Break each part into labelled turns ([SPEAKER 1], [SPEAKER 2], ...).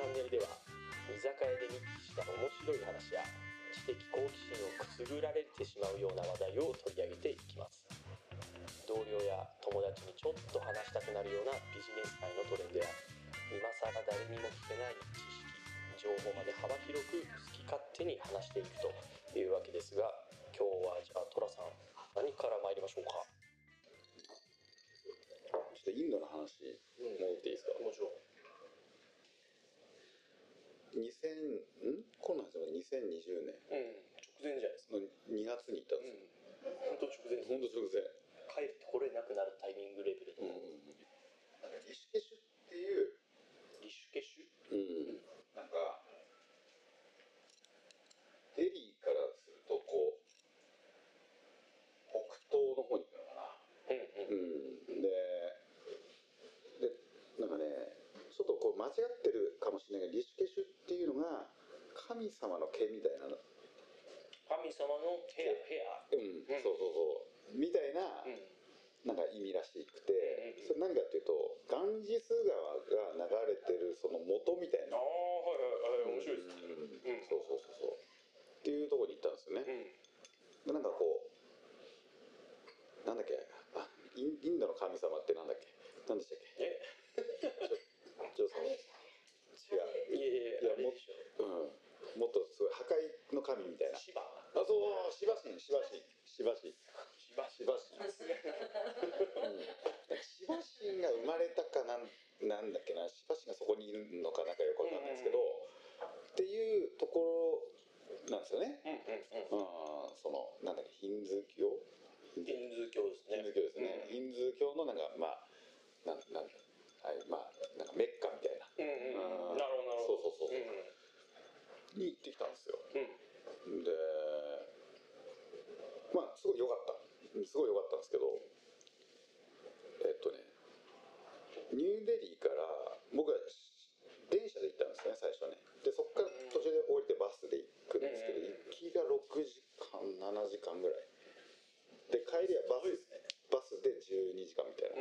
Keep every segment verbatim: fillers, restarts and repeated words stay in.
[SPEAKER 1] ャンネルでは居酒屋で見聞きした面白い話や知的好奇心をくすぐられてしまうような話題を取り上げていきます。同僚や友達にちょっと話したくなるようなビジネス界のトレンドや今更誰にも聞けない知識情報まで幅広く好き勝手に話していくというわけですが、今日はじゃあトラさん何から参りましょうか。
[SPEAKER 2] ちょっとインドの話戻っていいですか。
[SPEAKER 1] もちろん。
[SPEAKER 2] にせんんコロナ始まるにせんにじゅうねん、
[SPEAKER 1] うん、直前じゃないですか。
[SPEAKER 2] のにがつに行ったんですよ。
[SPEAKER 1] 本当、うん、直前。
[SPEAKER 2] 本当直前。
[SPEAKER 1] 帰ってこれなくなるタイミングレベルで。
[SPEAKER 2] うんうんうん。なんかリシュケシュっていう
[SPEAKER 1] リシュケシ
[SPEAKER 2] ュ。うん。なんかデリーからするとこう北東の方に行くのかな。うんうん。うん、で、でなんかね、ちょっとこう間違ってるかもしれないけど、リシュケシュっていうのが神様の毛みたいなの。
[SPEAKER 1] 神様のヘアヘア。
[SPEAKER 2] うん、うん、そうそうそうみたいな。うん、なんか意味らしくて、それ何かっていうとガンジス川が流れてるその元みたいな。
[SPEAKER 1] ああ、はいはいはい、面白いですね。うん、
[SPEAKER 2] そうそうそうそうっていうところに行ったんですよね。うん、なんかこうなんだっけ、あ、イン、インドの神様ってなんだっけ、なんでしたっけ。
[SPEAKER 1] え
[SPEAKER 2] ちょ、ちょ、違う。
[SPEAKER 1] いやいやいや、あれでしょ。
[SPEAKER 2] うん。もっとすごい破壊の神みたいな。
[SPEAKER 1] シバ。
[SPEAKER 2] あ、そう、シバ神、シバ神、シバ神。
[SPEAKER 1] シバ
[SPEAKER 2] シバ神。シバ神が生まれたかなん、なんだっけな、シバ神がそこにいるのかなんかよくわかんないですけど、っていうところなんですよね。うんうんうん。あ、そのなんだっけ、ヒンズー教。
[SPEAKER 1] ヒンズー教ですね。
[SPEAKER 2] ヒンズー教ですね。ヒンズー教のなんかまあなんなんはい、まあなんかメッカみたいな。
[SPEAKER 1] うんうん。なるほどなるほど。
[SPEAKER 2] そうそうそう。に行ってきたんですよ。で、まあすごい良かった。すごい良かったんですけど、えっとね、ニューデリーから僕は電車で行ったんですね、最初ね。でそこから途中で降りてバスで行くんですけど、行きがろくじかんななじかんぐらいで、帰りはバスバスでじゅうにじかんみたいな。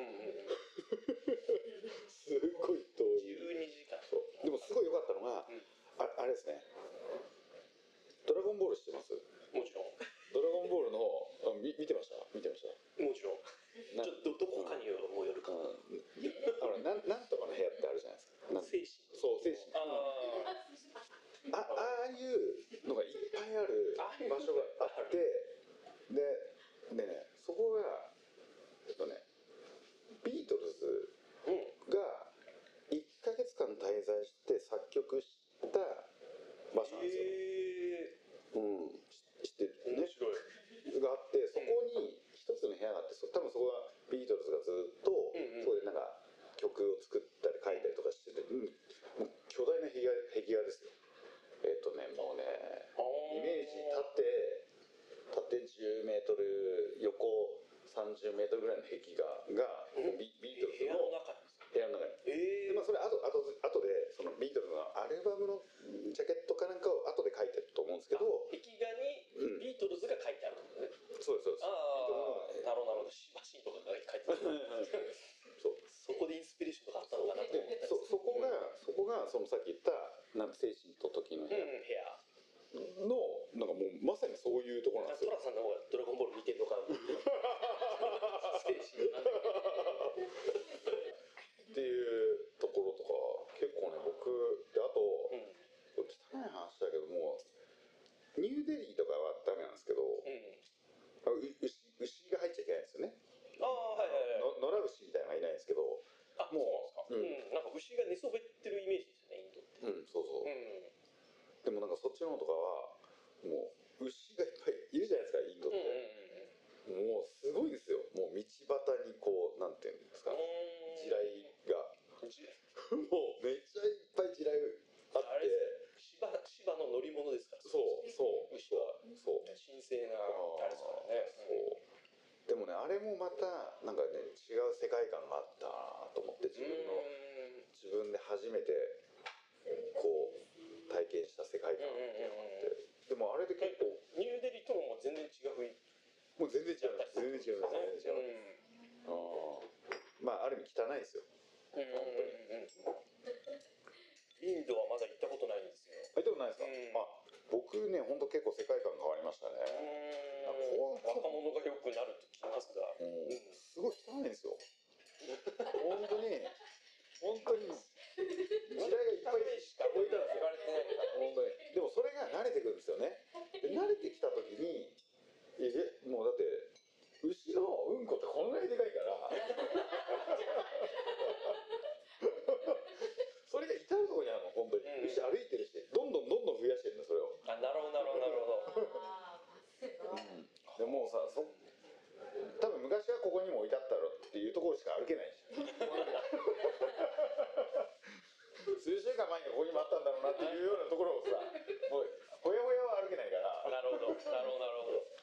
[SPEAKER 2] すごい遠い。
[SPEAKER 1] じゅうにじかん。
[SPEAKER 2] そうでもすごい良かったのが、あ, あれですね、ドラゴンボール知ってます？
[SPEAKER 1] もちろん。
[SPEAKER 2] ドラゴンボールのあ見見てました見てました
[SPEAKER 1] もちろん。ちょっとどこかによるもよるかな。
[SPEAKER 2] あのなんなんとかの部屋ってあるじゃないですか。
[SPEAKER 1] 精神。
[SPEAKER 2] そう精神。ああああいうのがいっぱいある場所があってででね、そこがえっとねビートルズがいっかげつかん滞在して作曲した場所なんですよ。へー、うん、知ってるね。
[SPEAKER 1] 面白い。
[SPEAKER 2] があって、そこに一つの部屋があって、多分そこはビートルズがずっと、うんうん、そこでなんか曲を作ったり書いたりとかしてて、うん、もう巨大な壁画壁画ですよ。えっとねもうねイメージ縦縦じゅうメートル横さんじゅうメートルぐらいの壁画が、うん、ビ, ビートルズの部屋の中に、えー、でまあそれあとあとあとでそのビートルズのアルバムのジャケットかなんかを後で書いてると思うんですけど、
[SPEAKER 1] 壁画にビートルズが書いてあるんですね。
[SPEAKER 2] うん、そうですそうです。
[SPEAKER 1] ああ、なるほどなるほど。シバシンとかが書いてある。そうそこでインスピレーションとかあったのかなと思って。
[SPEAKER 2] そそこが、うん、そこがそのさっき言ったなんか精神と時の部屋。
[SPEAKER 1] うん、部屋。
[SPEAKER 2] のなんかもうまさにそういうところなんですよ。
[SPEAKER 1] トラさんの方がドラゴンボール見てるのか精神なん
[SPEAKER 2] っていうところとか結構ね僕であと、うん、汚い話だけどもニューデリーとかはダメなんですけど、うん、牛, 牛が入っちゃいけないんですよね。
[SPEAKER 1] ああはいはいはい。
[SPEAKER 2] 野良牛みたいなのがいないんですけど、
[SPEAKER 1] あもうそうなんですか。うん、なんか牛が寝そべってるイメージですよねインドって。
[SPEAKER 2] うんそうそう。うんでもなんかそっちの方とかはもう牛がいっぱいいるじゃないですかインドって、うんうんうん、もうすごいですよ。もう道端にこうなんていうんですか地雷がもうめっちゃいっぱい地雷あって、
[SPEAKER 1] 芝芝の乗り物ですから。
[SPEAKER 2] そうそう
[SPEAKER 1] 牛は
[SPEAKER 2] そう
[SPEAKER 1] 神聖なあれですからね。
[SPEAKER 2] そうでもねあれもまたなんかね違う世界観があったなと思って、自分の自分で初めてこう体験した世界観っていうのがあって、でもあれで結構
[SPEAKER 1] ニューデリーとももう全然違う雰囲気。
[SPEAKER 2] もう全然違う全然違う全然違う。ああまあある意味汚いですよ。本当に。
[SPEAKER 1] インドはまだ
[SPEAKER 2] ね本当結構世界観変わりましたね。
[SPEAKER 1] 若者が良くなると聞きますが、
[SPEAKER 2] うん、すごい汚いんですよ本当に本当に地雷がいっぱいしか置いてあるんですよ本当に。でもそれが慣れてくるんですよね。で慣れてきた時にえもうだって牛のうんこってこんなにでかいからそれが至るところにあるの本当に、うん、牛歩いてるしどんどんどんどん増やしてるのそれを。
[SPEAKER 1] あ、なるほどなるほどなるほど。
[SPEAKER 2] うん、でもうさそ多分昔はここにも置いてあったろっていうところしか歩けないし数週間前にここにもあったんだろうなっていうようなところをさもうほやほやは歩けないから。
[SPEAKER 1] なるほどなるほどなるほど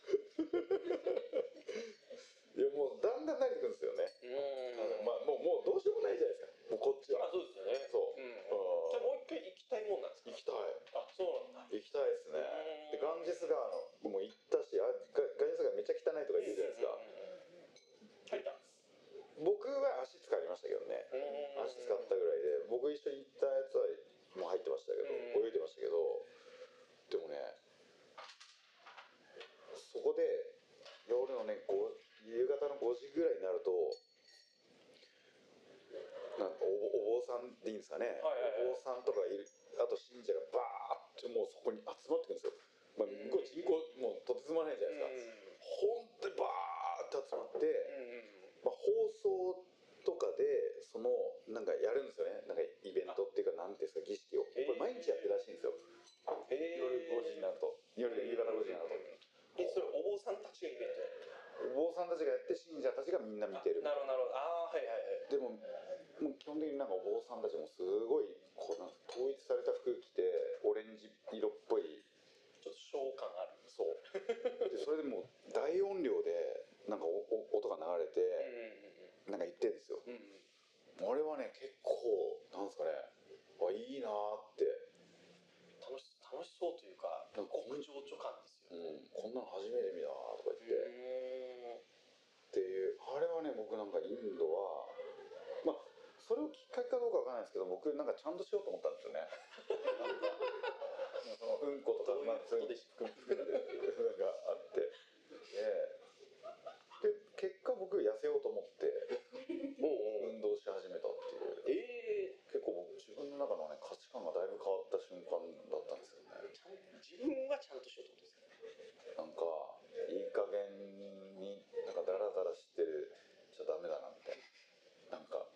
[SPEAKER 2] いやもうだんだん慣れてくるんですよね。うん、まあもうもうどうしようもないじゃないですかもうこっちは。
[SPEAKER 1] あ、そうですよね。
[SPEAKER 2] そう、
[SPEAKER 1] うん、じゃあもう一回行きたいもんなんですか。
[SPEAKER 2] 行きたい。
[SPEAKER 1] あ、そうなんだ。
[SPEAKER 2] 行きたいですね。でガンジス川のもう行ったし、あガガンジス川めっちゃ汚いとか言うじゃないですか。
[SPEAKER 1] 入ったんです。
[SPEAKER 2] 僕は足使いましたけどね。足使ったぐらいで僕一緒に行ったやつはもう入ってましたけど泳いでましたけど、でもねそこで夜のね夕方のごじぐらいになるとなんか お, お坊さんでいいんですかね、はいはいはい、お坊さんとかいる、あと信者がバーッともうそこに集まってくるんですよ。まあ、向こう人口もうとてつもないじゃないですか。本当にバーッと集まって、まあ、放送とかでそのなんかやるんですよね。なんかイベントっていうかなんていうんですか儀式をこれ毎日やってるらしいんですよ。夜ごじになると夜夕方ごじになると。
[SPEAKER 1] え、それお坊さんたちがイベントやる？
[SPEAKER 2] お坊さんたちがやって信者たちがみんな見てる。
[SPEAKER 1] なるほどなるほど。ああ、はいはいはい。
[SPEAKER 2] でももう基本的になんかお坊さんたちもすごいこうなんか統一された服着てオレンジ色っぽい
[SPEAKER 1] ちょっと召喚ある。
[SPEAKER 2] そうでそれでもう大音量でなんかおお音が流れて、うんうんうん、なんか言ってるんですよ、うんうん、あれはね結構なんですかねあいいなって
[SPEAKER 1] 楽し楽しそうというか極情緒感ですよ、
[SPEAKER 2] うん、こんなの初めて見たとか言ってっていうあれはね僕なんかインドはまあそれをきっかけかどうかわからないですけど僕なんかちゃんとしようと思ったんですよねそのうんことかまあそういう服があってで結果僕痩せようと思って運動し始めたっていう、えー、結構僕自分の中のね価値観がだいぶ変わった瞬間だったんですよね。
[SPEAKER 1] 自分はちゃんとしようと思ってですか。
[SPEAKER 2] なんかいい加減になんかダラダラしてちゃダメだなみたいななんか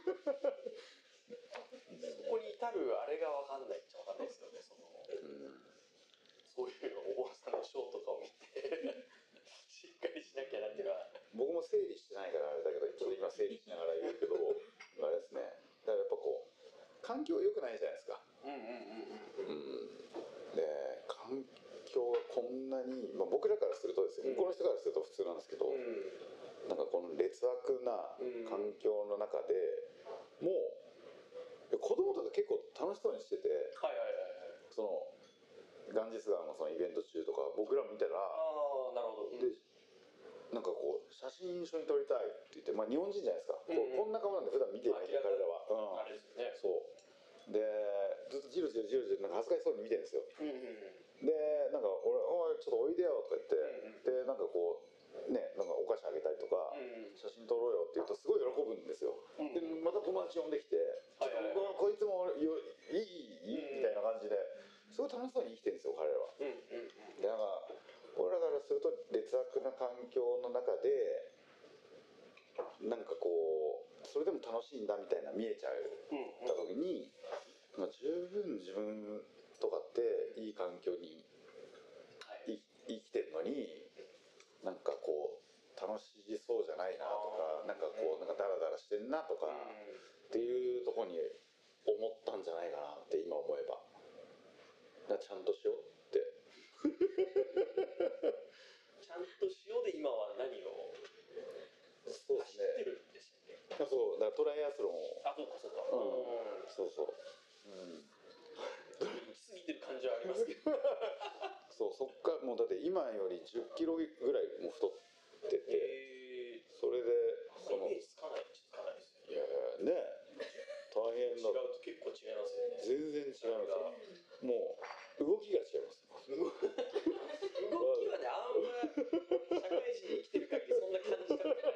[SPEAKER 1] そこに至るあれが分かんないっちゃ分かんないですよね。その、うん、そういうお坊さんのショーとかを見てしっかりしなきゃなっていうのは
[SPEAKER 2] 僕も整理してないからあれだけどちょっと今整理しながら言うけどあれですねだからやっぱこう環境良くないじゃないですか。うんうんうんうん、うん、で環境がこんなに、まあ、僕らからするとですよ、向こうの人からすると普通なんですけど、うん、なんかこの劣悪な環境の中で、もう子供とか結構楽しそうにしてて、はいはいはいはい、そのガンジス川のそのイベント中とか僕ら見たら、あ、なるほど、うん、でなんかこう写真一緒に撮りたいって言って、まあ、日本人じゃないですか、うんうん、こ, こんな顔なんで普段見てない彼らは、うん、あれですね、そうでずっとジロジロジロジロなんか恥ずかしそうに見てるんですよ、うんうんうん、でなんか俺おいちょっとおいでよとか言って、うんうん、でなんかこうねなんかお菓子あげたりとか、うんうん、写真撮ろうよって言うとすごい喜ぶんですよ、うん、でまた友達呼んできて、はいはいはい、こいつもいいいいみたいな感じですごい楽しそうに生きてるんですよ彼らは、うんうんうん、でなんか俺らからすると劣悪な環境の中でなんかこうそれでも楽しいんだみたいな見えちゃった時に、まあ、十分自分とかっていい環境に生きてるのになんかこう楽しそうじゃないなとかなんかこうなんかダラダラしてんなとかっていうところに思ったんじゃないかなって今思えばちゃんとしようって
[SPEAKER 1] ちゃんとしようで今は何を
[SPEAKER 2] そうですね、走ってるんでしたっけ。あ、そうだからトライアスロンを
[SPEAKER 1] あ、そうかそうか、
[SPEAKER 2] うん、そうそう、
[SPEAKER 1] うん、行き過ぎてる感じはありますけど
[SPEAKER 2] そうそっかもうだって今よりじゅっキロぐらいもう太ってて、えー、それで
[SPEAKER 1] そのイメージつかないつかないです
[SPEAKER 2] ね。いやね大変だ。
[SPEAKER 1] 違うと結構違いますよね。
[SPEAKER 2] 全然違いますよ。もう動きが違います
[SPEAKER 1] 会人に生きてる限りそんな感じたことないです。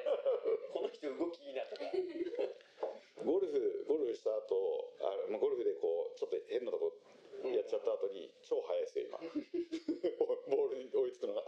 [SPEAKER 1] この人動きいいなとか。
[SPEAKER 2] ゴルフゴルフした後あ、まあ、ゴルフでこうちょっと変なとこやっちゃった後に超速いですよ今ボールに追いつくのが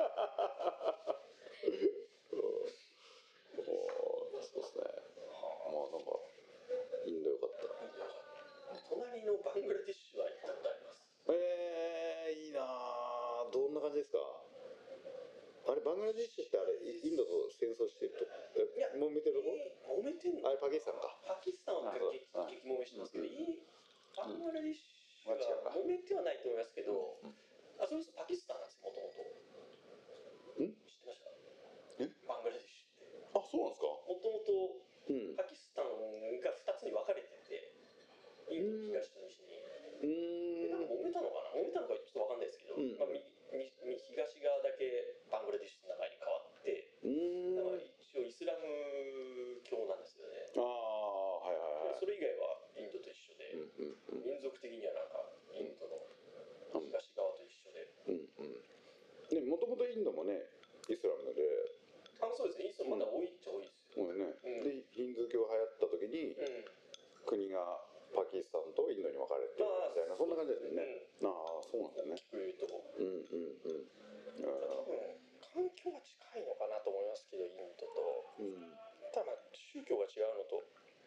[SPEAKER 2] そうですね。まあなんかインドよかった。
[SPEAKER 1] 隣のバングラディッシュは行ったことあります。
[SPEAKER 2] えー、いいなぁ。どんな感じですか？あれバングラディッシュってあれインドと戦争してると
[SPEAKER 1] いや
[SPEAKER 2] 揉めてるとこ、
[SPEAKER 1] えー、揉めてんの？
[SPEAKER 2] あれパキスタンか。
[SPEAKER 1] パキスタンは激激揉めしてますけど、バングラディッシュは揉めてはないと思いますけど、うん、あそれこそパキスタンなんですよ、もともと。知ってました？えバングラディッシュって。
[SPEAKER 2] あ、そうなんですか？
[SPEAKER 1] もともとパキスタンがふたつに分かれてて、インドと東と西に。うーん。なんか揉めたのかな揉めたのかちょっと分かんないですけど、うん、まあ、みみ東側だけバングラディッシュの名前に変わって、うーん、だから一応イスラム教なんですよね。ああ、はいはいはい。それ以外はインドと一緒で、うんうんうん、民族的にはなんかインドの東側と一緒で。
[SPEAKER 2] うんうん。ね、もともとインドもね、イスラムで。
[SPEAKER 1] あ、そうですね。イスラムまだ多いっちゃ多いですよ。
[SPEAKER 2] うんね。うん、で、ヒンズー教流行った時に、うん、国がパキスタンとインドに分かれてみたいな、そんな感じですよね。うん、ああ、そうなんだね。うんうんうん。
[SPEAKER 1] 多分環境が近いのかなと思いますけど、インドと。うん、ただまあ宗教が違うのと、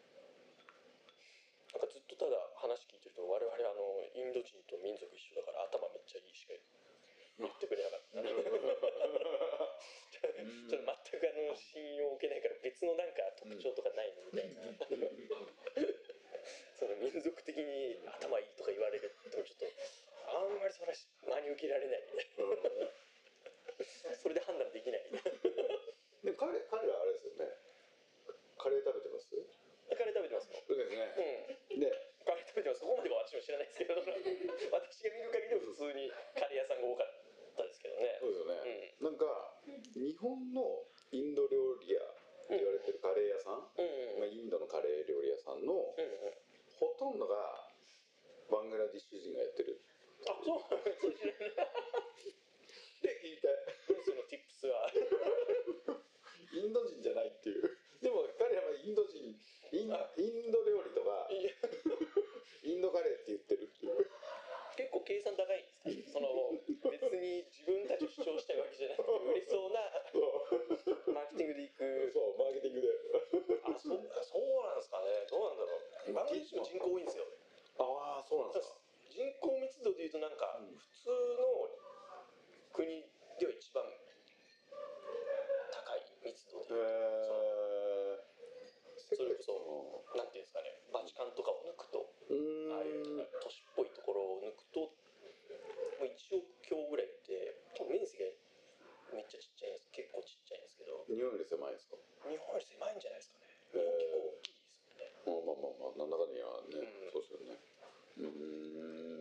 [SPEAKER 1] なんかずっとただ話聞いてると、我々あのインド人と民族一緒だから頭めっちゃいいしか言ってくれなかった。ちょっと全くあの信用を受けないから別のなんか特徴とかないのみたいな。その民族的に頭いいとか言われるとちょっとあんまりそれは真に受けられない。それで判断できない。
[SPEAKER 2] でも彼彼はあれですよね。カレー食べてます？
[SPEAKER 1] カレー食べてますよ。
[SPEAKER 2] そうですね。うん。で、
[SPEAKER 1] カレー食べてます。そこまでは私も知らないですけど、私が見る限りで普通にカレー屋さんが多かったですけどね。
[SPEAKER 2] そうですよね。うん、なんか日本のインド料理屋って言われてるカレー屋さん、うんまあ、インドのカレー料理屋さんの、うんうん、ほとんどがバングラディッシュ人がやってる。
[SPEAKER 1] あ、そうなんですね。
[SPEAKER 2] で言いたい。
[SPEAKER 1] その tips は
[SPEAKER 2] インド人じゃないっていう。でも彼らはインド人、イン, インド料理とかインドカレーって言ってるっていう。
[SPEAKER 1] 結構計算高いんですか？その別に自分たちを主張したいわけじゃなくて売れそうなマーケティングでいく。
[SPEAKER 2] そうマーケティングで。
[SPEAKER 1] あ、そそうなんですかね。どうなんだろう。バングラディッシュも人口多いんですよ。
[SPEAKER 2] ああ、そうなんですか。
[SPEAKER 1] 人口密度でいうとなんか普通の国では一番高い密度でいうと、そそれこそなんていうんですかね、バチカンとかを抜くと、ああいう都市っぽいところを抜くともういちおく強ぐらいって面積がめっちゃちっちゃいんです。結構ちっちゃいんですけど。
[SPEAKER 2] 日本より狭いですか？
[SPEAKER 1] 日本より狭いんじゃないですかね。日本結構大きいですもんね。
[SPEAKER 2] まあまあまあまあなんだかんだはね、うん、そうですよね。うーん。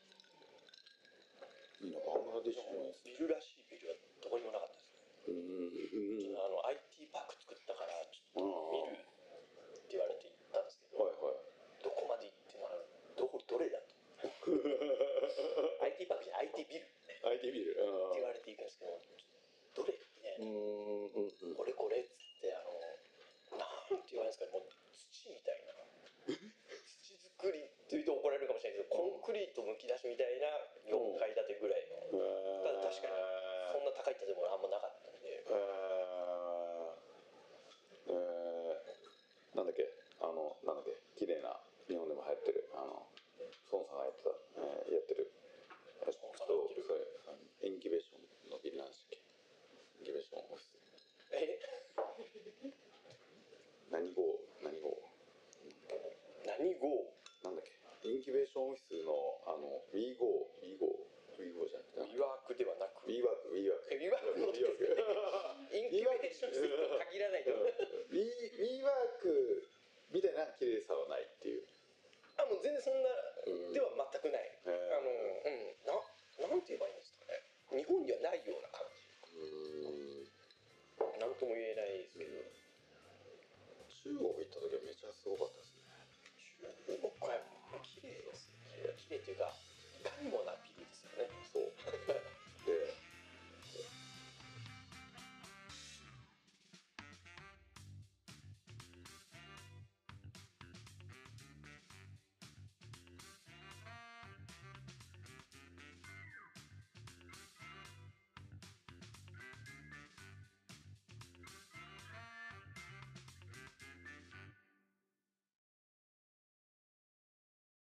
[SPEAKER 2] いいな、バングラディッシュも
[SPEAKER 1] ビルらしいビルはどこにもなかったですね。うん。あの アイティー パーク作ったからちょっと見るって言われて行ったんですけど、はいはい、どこまで行ってもどこどれだと。アイティー パークじゃ アイティー ビル。
[SPEAKER 2] アイティー ビルって
[SPEAKER 1] 言われていくんですけど、どれみたいな。うんうん、これこれっつってあのなんて言われるんですかね、もう土みたいな。土作りって言うと怒られるかもしれないけど、コンクリートむき出しみたいなよんかい建てぐらいの。ただ確かにそんな高い建物あ